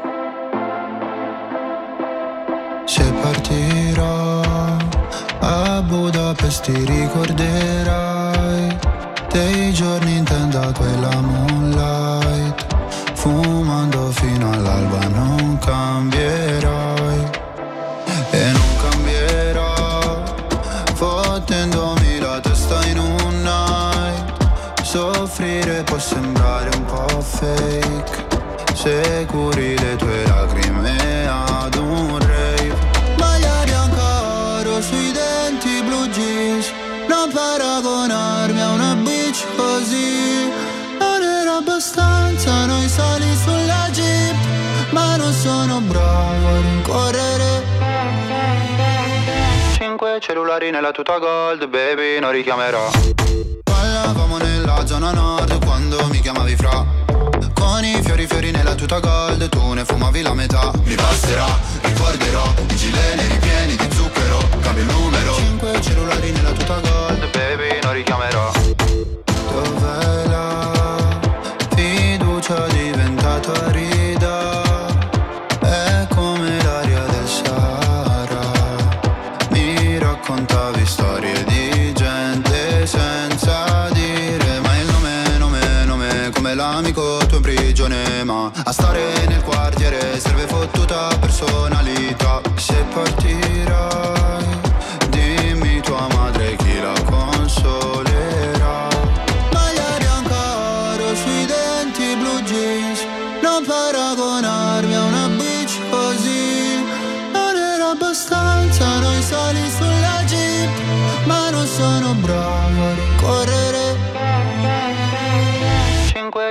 Se partirò a Budapest ti ricorderai dei giorni in tenda quella moonlight, fumando fino all'alba non cambierai e non cambierò, fottendomi la testa in un night. Soffrire può sembrare un po' fake se curi le tue lacrime ad un rave. Maglia bianca oro sui denti, blue jeans, non paragonarmi a una bitch così. Non era abbastanza noi soli sulla jeep, ma non sono bravo a rincorrere. 5 cellulari nella tuta gold, baby non richiamerò. Ballavamo nella zona nord quando mi chiamavi fra. Con i fiori nella tuta gold, tu ne fumavi la metà. Mi passerà, ricorderò i gileni ripieni di zucchero. Cambio il numero, 5 cellulari nella tuta gold, baby non richiamerò. Dov'è la fiducia diventata rida? È come l'aria del Sahara. Mi raccontavi storie di gente senza dire mai il nome come l'amico tuo in prigione, ma a stare nel quartiere serve fottuta personalità. Se partirai, dimmi tua madre chi la consolerà. Maglia bianca oro sui denti, blue jeans, non paragonare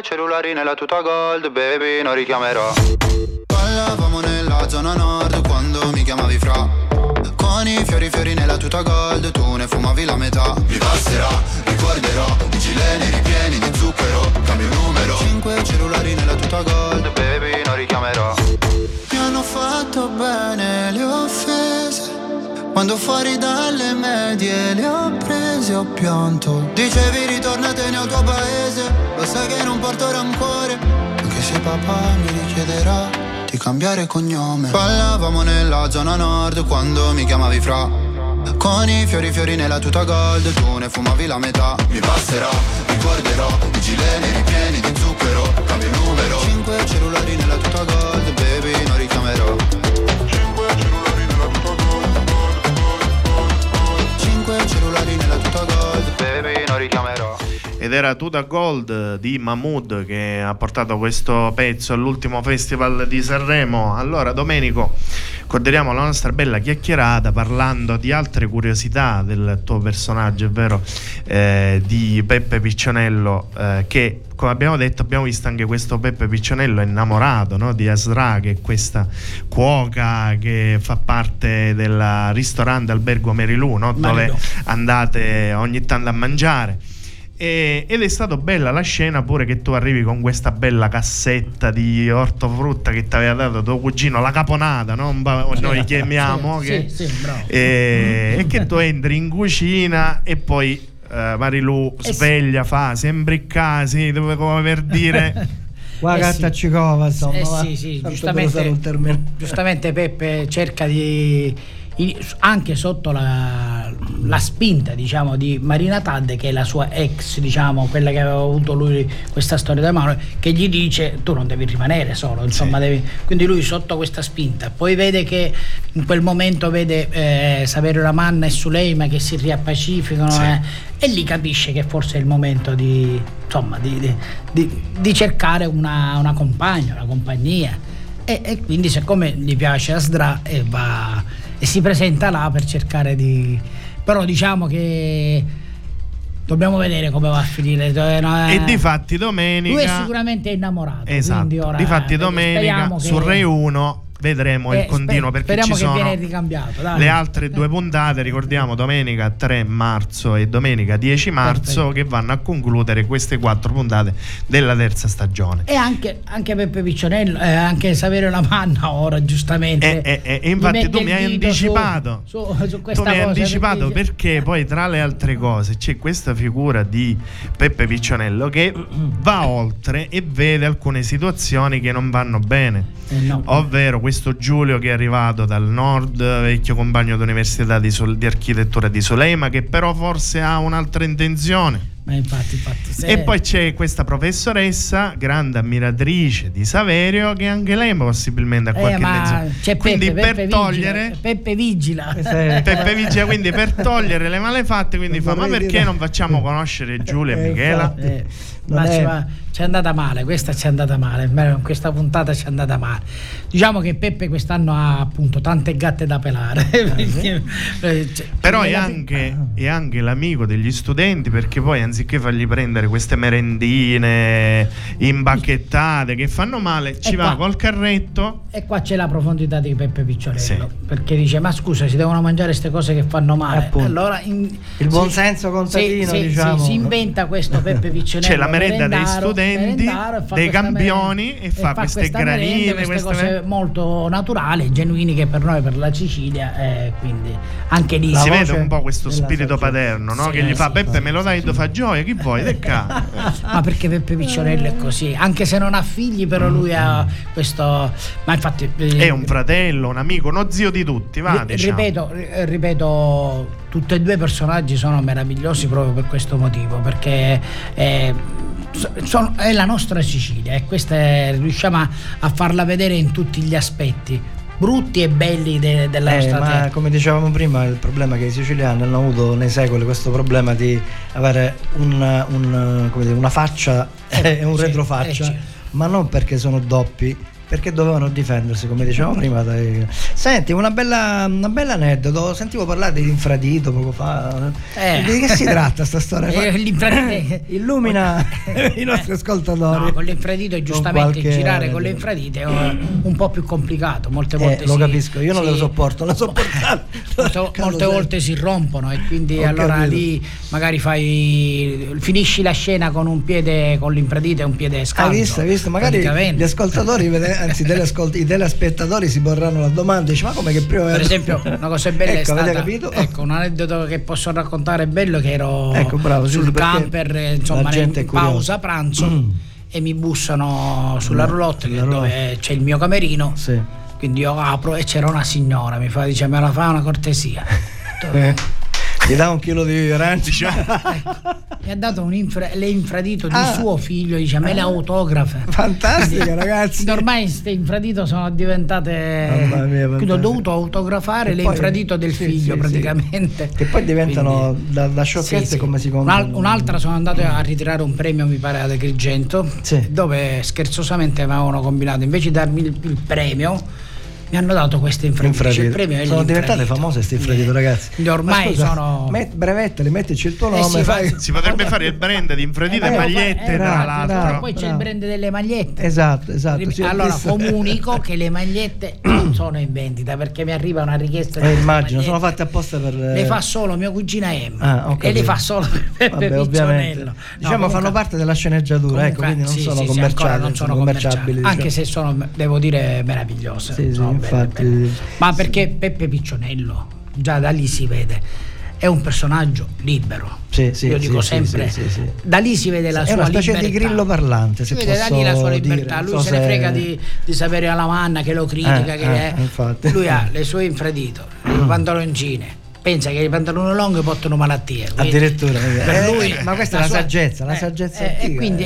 cellulari nella tuta gold, baby, non richiamerò. Ballavamo nella zona nord quando mi chiamavi fra. Con i fiori nella tuta gold, tu ne fumavi la metà. Mi passerà, ricorderò, i gileni ripieni di zucchero. Cambio numero, 5 cellulari nella tuta gold, baby, non richiamerò. Mi hanno fatto bene le offese, quando fuori dalle medie le ho prese, ho pianto. Dicevi ritornatene al tuo paese, lo sai che non porto rancore, anche se papà mi richiederà di cambiare cognome. Ballavamo nella zona nord quando mi chiamavi fra. Con i fiori nella tuta gold, tu ne fumavi la metà. Mi passerà, ricorderò, i gileni ripieni di zucchero. Cambio il numero, 5 cellulari nella tuta gold, baby, non richiamerò. 5 cellulari nella tuta gold, baby, non richiamerò. Ed era Tuta Gold di Mahmood che ha portato questo pezzo all'ultimo festival di Sanremo. Allora, Domenico, consideriamo la nostra bella chiacchierata parlando di altre curiosità del tuo personaggio, ovvero di Peppe Piccionello, che, come abbiamo detto, abbiamo visto anche questo Peppe Piccionello innamorato, no, di Asra, che è questa cuoca che fa parte del ristorante Albergo Merilù, no, dove andate ogni tanto a mangiare. Ed è stato bella la scena pure che tu arrivi con questa bella cassetta di ortofrutta che ti aveva dato tuo cugino, la caponata, no? Noi chiamiamo, sì, bravo. E che tu entri in cucina e poi Marilu sveglia, fa sembri in casa, come per dire guarda Cicova, insomma. Sì, giustamente Peppe cerca di, anche sotto la spinta, diciamo, di Marina Tadde, che è la sua ex, diciamo, quella che aveva avuto lui questa storia da mano, che gli dice tu non devi rimanere solo, insomma, sì. Quindi lui sotto questa spinta poi vede che in quel momento vede Saverio Lamanna e Suleima che si riappacificano, sì. E lì capisce che forse è il momento di cercare una compagna, una compagnia, e quindi, siccome gli piace Asdra, va e si presenta là per cercare di... Però diciamo che dobbiamo vedere come va a finire. E difatti domenica lui è sicuramente innamorato, esatto, ora, difatti domenica su Rai 1 vedremo il continuo, perché ci sono che viene ricambiato, le altre due puntate, ricordiamo, domenica 3 marzo e domenica 10 marzo, che vanno a concludere queste 4 puntate della terza stagione. E anche Peppe Piccionello, anche Saverio Lamanna ora, giustamente. E infatti tu mi hai anticipato su questa cosa, anticipato perché poi, tra le altre cose, c'è questa figura di Peppe Piccionello che va oltre e vede alcune situazioni che non vanno bene, ovvero questo Giulio che è arrivato dal nord, vecchio compagno d'università di architettura di Suleima, che però forse ha un'altra intenzione. Ma infatti e poi c'è questa professoressa, grande ammiratrice di Saverio, che anche lei possibilmente ha qualche intenzione. C'è quindi Peppe togliere Peppe vigila Peppe vigila, quindi per togliere le malefatte, quindi ma perché non facciamo conoscere Giulia e Michela? C'è andata male, questa ci è andata male, questa puntata ci è andata male. Diciamo che Peppe quest'anno ha appunto tante gatte da pelare. Però è anche l'amico degli studenti, perché poi anziché fargli prendere queste merendine imbacchettate che fanno male, ci va col carretto. E qua c'è la profondità di Peppe Piccionello, perché dice: ma scusa, si devono mangiare queste cose che fanno male. Allora il buonsenso contadino, diciamo. Si inventa questo Peppe Piccionello. C'è la merenda dei studenti, dei campioni, e fa queste granine, queste cose molto naturali, genuini, che per noi, per la Sicilia, quindi anche lì si vede un po' questo spirito paterno, no? Che gli fa: Peppe, me lo dai, fa gioia, chi vuoi? Ma perché Peppe Piccionello è così, anche se non ha figli, però lui ha questo, ma infatti è un fratello, un amico, uno zio di tutti, diciamo. Ripeto, tutti e due i personaggi sono meravigliosi proprio per questo motivo, perché è la nostra Sicilia, e questa riusciamo a farla vedere in tutti gli aspetti, brutti e belli della nostra terra. Come dicevamo prima, il problema è che i siciliani hanno avuto nei secoli questo problema di avere una faccia e un retrofaccia, ma non perché sono doppi, perché dovevano difendersi, come dicevamo prima. Senti, una bella aneddoto, sentivo parlare dell'infradito poco fa. Di che si tratta sta storia? Illumina i nostri ascoltatori. No, con l'infradito giustamente girare con le infradite è un po' più complicato, molte volte lo capisco, io non lo sopporto, molte volte si rompono, e quindi allora lì magari finisci la scena con un piede con l'infradito e un piede scalzo. Hai visto? Magari gli ascoltatori, anzi i telespettatori si porranno la domanda, dice: ma come che prima, per esempio, una cosa bella è stata, un aneddoto che posso raccontare bello, che ero sul camper, insomma, in pausa pranzo, e mi bussano sulla roulotte dove c'è il mio camerino, quindi io apro e c'era una signora, dice: me la fa una cortesia? Gli dà un chilo di aranci. Mi ha dato l'infradito di suo figlio, dice: me le autografa. Fantastica, ragazzi. Ormai queste infradito sono diventate, quindi ho dovuto autografare l'infradito del figlio, praticamente. Che poi diventano da sciocchezze, come si compra. Un'altra, sono andato a ritirare un premio, mi pare ad Agrigento, dove scherzosamente avevano combinato, invece di darmi il premio, mi hanno dato queste infradito. Sono diventate famose queste infradito, ragazzi. Ormai sono brevettali, mettici il tuo nome. Si potrebbe fare il brand di infradito e magliette, tra l'altro. Poi c'è il brand delle magliette. Esatto. Allora comunico che le magliette non sono in vendita, perché mi arriva una richiesta. Immagino, sono fatte apposta per. Le fa solo mia cugina Emma, e le fa solo per Piccionello. Diciamo, fanno parte della sceneggiatura, quindi non sono commerciali. Non sono commerciabili, anche se sono, devo dire, meravigliose. Infatti. Ma perché Peppe Piccionello, già da lì si vede, è un personaggio libero. Io dico sempre, da lì si vede la sua libertà. È una specie di grillo parlante, si vede da lì la sua libertà. Lui se ne frega di sapere alla Manna che lo critica, lui ha le sue infradito, le pantaloncine. Pensa che i pantaloni lunghi portano malattie, addirittura, per lui, ma questa è la saggezza antica, e quindi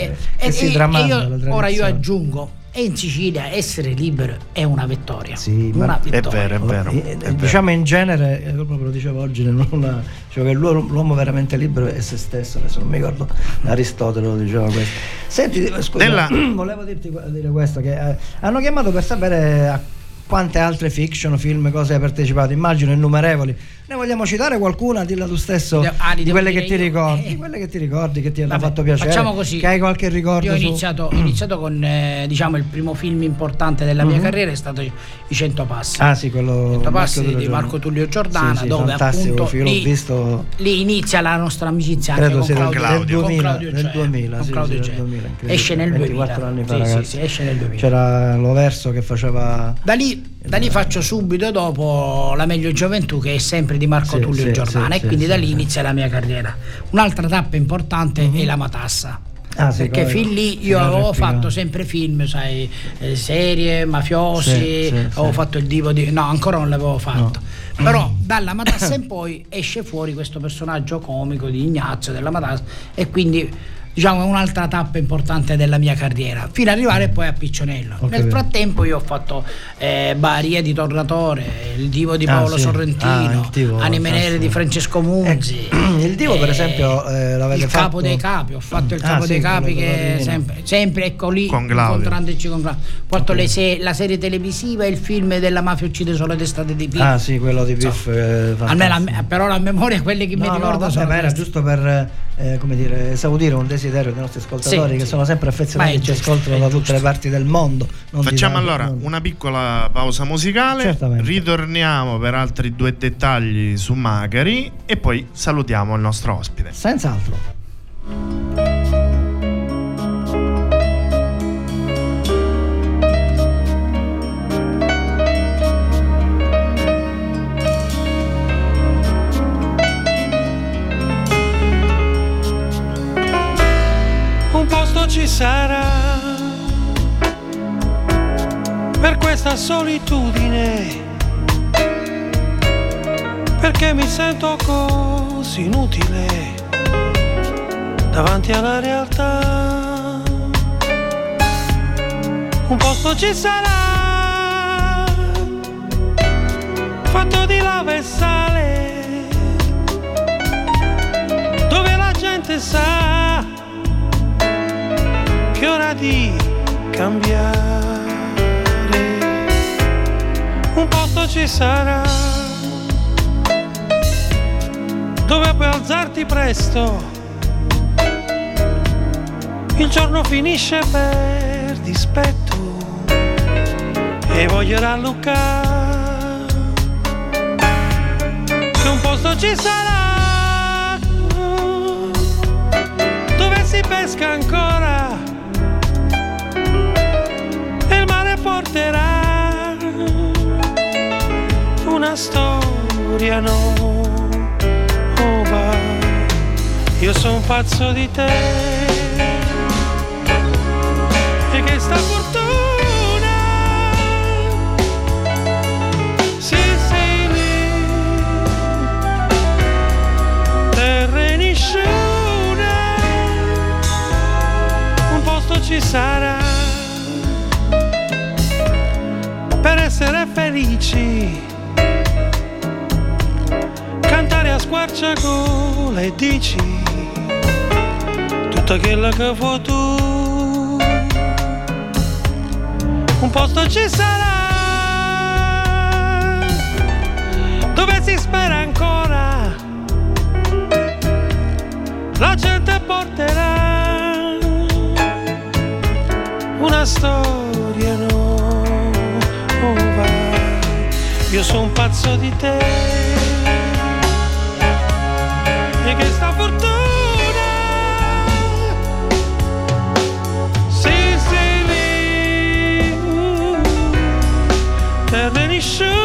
io aggiungo, e in Sicilia essere libero è una vittoria. È vero. Diciamo in genere, proprio lo dicevo oggi, che l'uomo veramente libero è se stesso. Adesso non mi ricordo, Aristotele lo diceva questo. Senti, scusa, volevo dire questo, che hanno chiamato per sapere a quante altre fiction, film, cose hai partecipato. Immagino innumerevoli. Ne vogliamo citare qualcuna? Dilla tu stesso, di quelle che ti ricordi, quelle che ti ricordi, che ti hanno fatto piacere. Facciamo così. Che hai qualche ricordo? Io ho iniziato con il primo film importante della mia carriera è stato I 100 Passi. Quello 100 Passi di Marco Tullio Giordana, dove appunto lì inizia la nostra amicizia anche con Claudio. Nel 2000. Esce nel 2000. 24 anni fa, ragazzi. Esce nel 2000. C'era Loverso che faceva. Da lì faccio subito dopo La meglio gioventù, che è sempre di Marco Tullio Giordana, e quindi da lì inizia la mia carriera. Un'altra tappa importante è La Matassa. Perché fin lì io avevo fatto sempre film, serie, mafiosi, avevo fatto il divo no, ancora non l'avevo fatto. Però dalla Matassa in poi esce fuori questo personaggio comico di Ignazio della Matassa, e quindi diciamo è un'altra tappa importante della mia carriera, fino ad arrivare poi a Piccionello. Nel frattempo io ho fatto Baria di Tornatore, il divo di Paolo Sorrentino, Anime Nere di Francesco Munzi, il divo per esempio l'avete il fatto? Capo dei Capi, ho fatto il Capo dei Capi, che sempre ecco lì con incontrandoci con Claudio. Porto la serie televisiva e il film della mafia uccide solo d'estate di Piff. Quello di Piff, però la memoria, quelle che mi ricordo sono era giusto per come dire, esaudire un desiderio dei nostri ascoltatori che sono sempre affezionati e ci ascoltano da tutte le parti del mondo. Facciamo allora una piccola pausa musicale, ritorniamo per altri 2 dettagli su Magari e poi salutiamo il nostro ospite. Senz'altro. Ci sarà per questa solitudine, perché mi sento così inutile davanti alla realtà. Un posto ci sarà fatto di lava e sale, dove la gente sa che è ora di cambiare. un posto ci sarà dove puoi alzarti presto, il giorno finisce per dispetto e voglio rallucare che un posto ci sarà dove si pesca ancora e il mare porterà una storia nuova. Io sono pazzo di te e che sta fortuna sì lì terra nessuna un posto ci sarà per essere felici, cantare a squarciagola e dici tutto quello che vuoi tu. Un posto ci sarà dove si spera ancora, la gente porterà una storia nuova. Io sono un pazzo di te e che sta fortuna terra nessuna.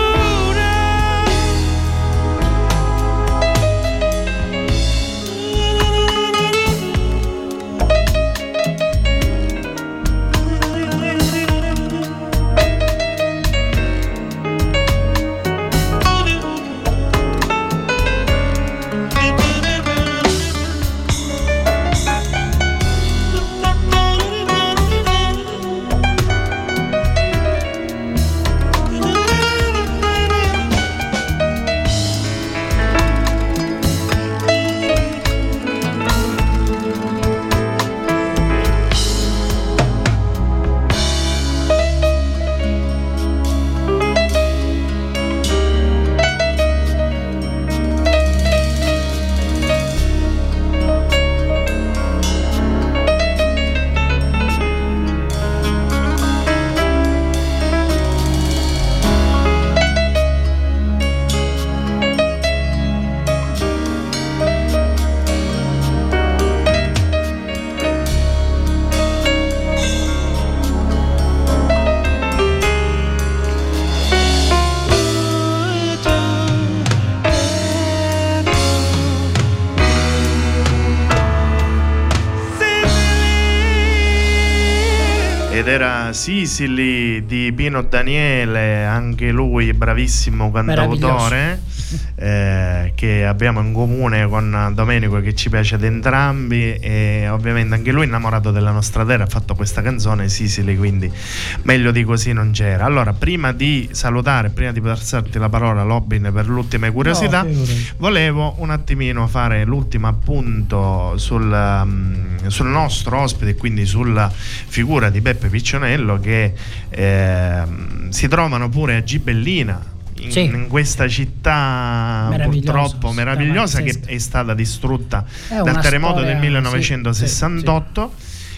Era Sicily di Pino Daniele, anche lui bravissimo cantautore, che abbiamo in comune con Domenico, che ci piace ad entrambi, e ovviamente anche lui innamorato della nostra terra, ha fatto questa canzone Sicily, quindi meglio di così non c'era. Allora, prima di salutare, prima di passarti la parola Lobin per l'ultima curiosità, volevo un attimino fare l'ultimo appunto sul nostro ospite, quindi sulla figura di Beppe Piccionello, che si trovano pure a Gibellina, in questa città purtroppo meravigliosa, che è stata distrutta dal terremoto del 1968.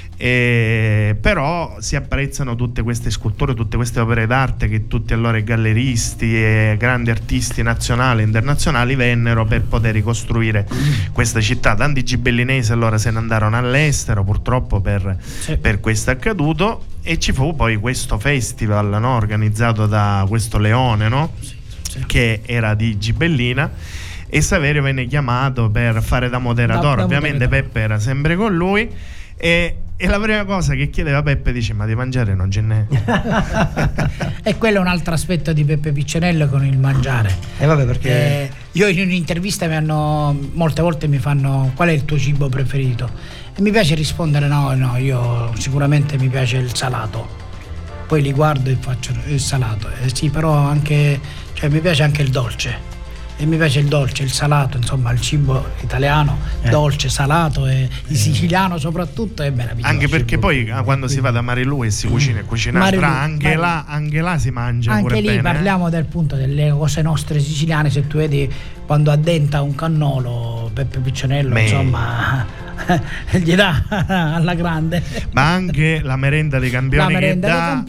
Però si apprezzano tutte queste sculture, tutte queste opere d'arte che tutti allora i galleristi e grandi artisti nazionali e internazionali vennero per poter ricostruire questa città. Tanti gibellinesi allora se ne andarono all'estero, purtroppo per questo accaduto, e ci fu poi questo festival, no, organizzato da questo Leone, no? Che era di Gibellina, e Saverio venne chiamato per fare da moderatore. Ovviamente Peppe era sempre con lui, e la prima cosa che chiedeva Peppe, dice: ma di mangiare non ce n'è. E quello è un altro aspetto di Beppe Piccionello, con il mangiare. Vabbè, perché io in un'intervista molte volte mi fanno: qual è il tuo cibo preferito? E mi piace rispondere no, io sicuramente mi piace il salato. Poi li guardo e faccio il salato. Sì, però anche, cioè, mi piace anche il dolce. e mi piace il dolce, il salato, insomma il cibo italiano, dolce, salato e il siciliano soprattutto è meraviglioso. Anche perché poi quando si va da Marilù e si cucina e cucina anche là si mangia anche pure lì bene. Parliamo del punto delle cose nostre siciliane. Se tu vedi quando addenta un cannolo Peppe Piccionello, insomma gli dà alla grande. Ma anche la merenda dei campioni che dà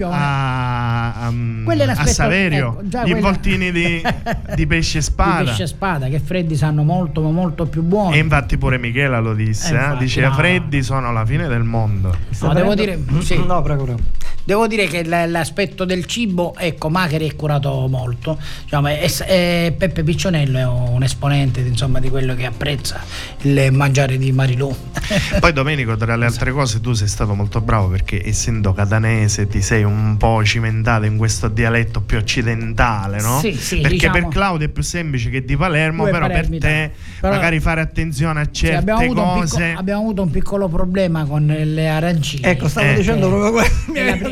a Saverio, gli involtini di pesce spada. Di pesce spada che freddi sanno molto molto più buoni. E infatti pure Michela lo disse, diceva freddi sono la fine del mondo. Devo dire prego. Devo dire che l'aspetto del cibo, ecco, Macari è curato molto, diciamo, e Peppe Piccionello è un esponente, insomma, di quello che apprezza il mangiare di Marilù. Poi Domenico, tra le altre cose, tu sei stato molto bravo perché essendo catanese ti sei un po' cimentato in questo dialetto più occidentale, no? Sì, perché diciamo, per Claudio è più semplice che di Palermo, però per te magari fare attenzione a certe cose. Abbiamo avuto un piccolo problema con le arancine. Ecco, stavo dicendo proprio quello.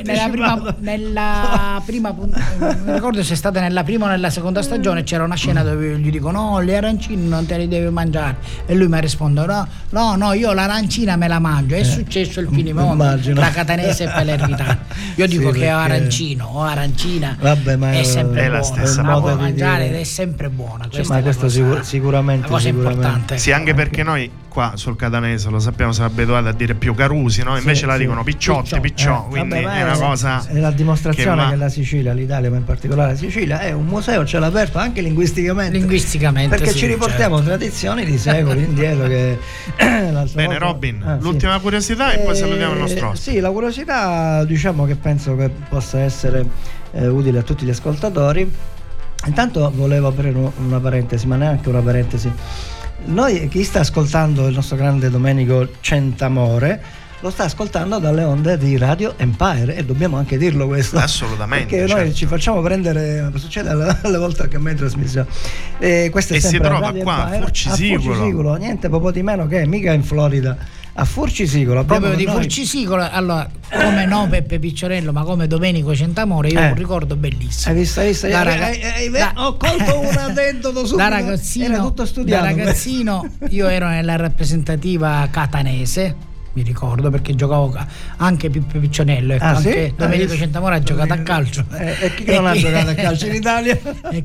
Nella prima non ricordo se è stata nella prima o nella seconda stagione, c'era una scena dove gli dico no, le arancine non te le devi mangiare e lui mi risponde no, io l'arancina me la mangio. È successo il finimondo tra catanese e palermitano. Io dico che arancino o arancina è sempre la stessa buona, la puoi mangiare ed è sempre buona. Ma questo sicuramente cosa importante. Sì, anche perché noi qua sul catanese lo sappiamo, siamo abituati a dire più carusi, no? Invece la dicono picciotti, quindi è una cosa. È la dimostrazione che la Sicilia, l'Italia, ma in particolare la Sicilia, è un museo cielo aperto anche linguisticamente. Perché ci riportiamo tradizioni di secoli indietro. Bene, Robin, l'ultima curiosità e poi salutiamo il nostro ospite. Sì, la curiosità, diciamo, che penso che possa essere utile a tutti gli ascoltatori. Intanto volevo aprire una parentesi, ma neanche una parentesi. Noi, chi sta ascoltando il nostro grande Domenico Centamore, lo sta ascoltando dalle onde di Radio Empire, e dobbiamo anche dirlo questo. Assolutamente. Perché noi ci facciamo prendere, succede alle volte anche a me in trasmissione. Questo è e sempre si trova Radio qua Empire, a Furcisicolo, niente poco di meno che mica in Florida, a Furcisicolo. Proprio di Furcisicolo. Allora, come no Peppe Piccionello, ma come Domenico Centamore, io ho un ricordo bellissimo. Hai visto? Ho colto un attento subito. Da ragazzino, era tutto studiato. Io ero nella rappresentativa catanese, mi ricordo, perché giocavo anche Peppe Piccionello, anche Domenico Centamore ha giocato a calcio. E chi non ha giocato a calcio in Italia? E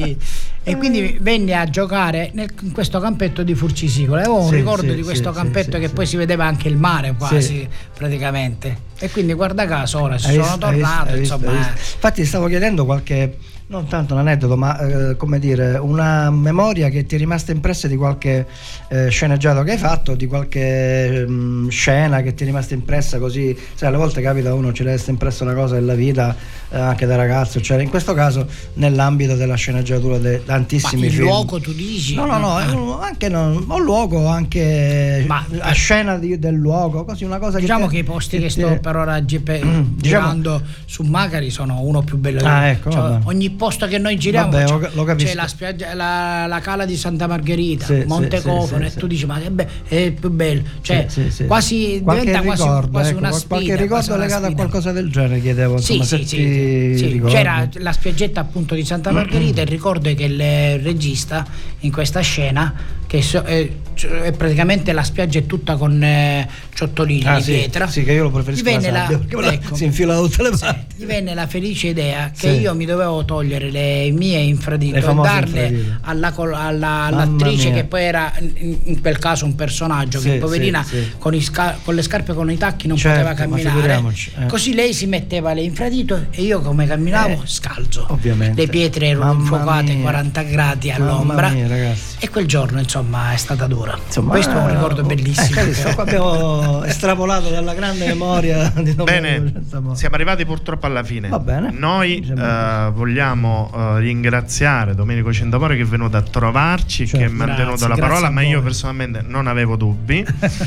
quindi venne a giocare in questo campetto di Furcisicolo. Avevo un ricordo di questo campetto che poi si vedeva anche il mare quasi praticamente. E quindi guarda caso ora ci sono tornato. Infatti stavo chiedendo qualche, non tanto un aneddoto, ma come dire, una memoria che ti è rimasta impressa di qualche sceneggiato che hai fatto, di qualche scena che ti è rimasta impressa, così, sai, alle volte capita, uno ci resta impressa una cosa della vita anche da ragazzo, cioè in questo caso nell'ambito della sceneggiatura di tantissimi film. Il luogo, tu dici? No, anche un luogo, anche la scena del luogo, così, una cosa diciamo che i posti che sto per ora girando su Macari sono uno più bello ogni posto che noi giriamo c'è la spiaggia, la cala di Santa Margherita, Montecofano, e tu dici ma che è più bello, cioè quasi diventa quasi una sfida. Qualche ricordo legato a qualcosa del genere, chiedevo, insomma, c'era la spiaggetta appunto di Santa Margherita, e ricordo che il regista in questa scena, che è praticamente la spiaggia è tutta con ciottolini di pietra, che io lo preferisco la sabbia, perché si infila da tutte le parti. Gli venne la felice idea che io mi dovevo togliere le mie infradito e darle all'attrice, che poi era in quel caso un personaggio, che poverina con le scarpe con i tacchi non poteva camminare, così lei si metteva le infradito e io come camminavo scalzo. Ovviamente. Le pietre erano infuocate 40 gradi all'ombra, e quel giorno insomma è stata dura. Questo è un ricordo bellissimo. Abbiamo estrapolato dalla grande memoria di Bene, siamo arrivati purtroppo alla fine. Va bene. Noi vogliamo ringraziare Domenico Centamore, che è venuto a trovarci, che ha mantenuto la parola, ma io personalmente non avevo dubbi.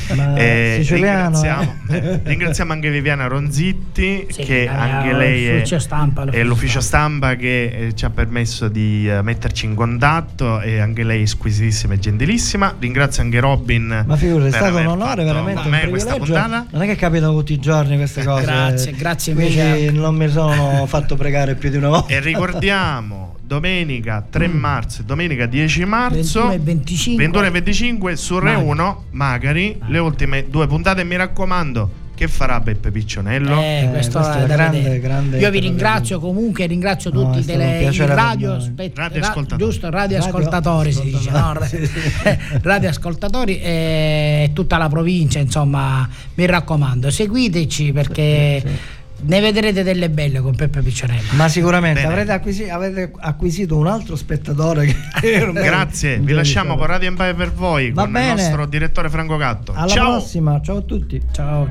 Ringraziamo anche Viviana Ronzitti, che anche lei è l'ufficio stampa che ci ha permesso di metterci in contatto, e anche lei squisitissima e gentilissima. Ringrazio anche Robin. Ma figurati, è stato un onore, veramente un questa puntata. Non è che capitano tutti i giorni queste cose. Grazie quindi non mi sono fatto pregare più di una volta. E ricordiamo domenica 3 marzo e domenica 10 marzo 21 e 25 su Rai 1 Magari, le ultime 2 puntate. Mi raccomando, che farà Beppe Piccionello? Questo è grande. Io vi ringrazio comunque, ringrazio tutti i radioascoltatori, si dice, no? Radioascoltatori e tutta la provincia, insomma, mi raccomando, seguiteci perché ne vedrete delle belle con Beppe Piccionello. Ma sicuramente avete acquisito un altro spettatore che grazie, vi lasciamo con Radio Empire per voi. Va con bene. Il nostro direttore Franco Gatto. Alla prossima, ciao a tutti. Ciao.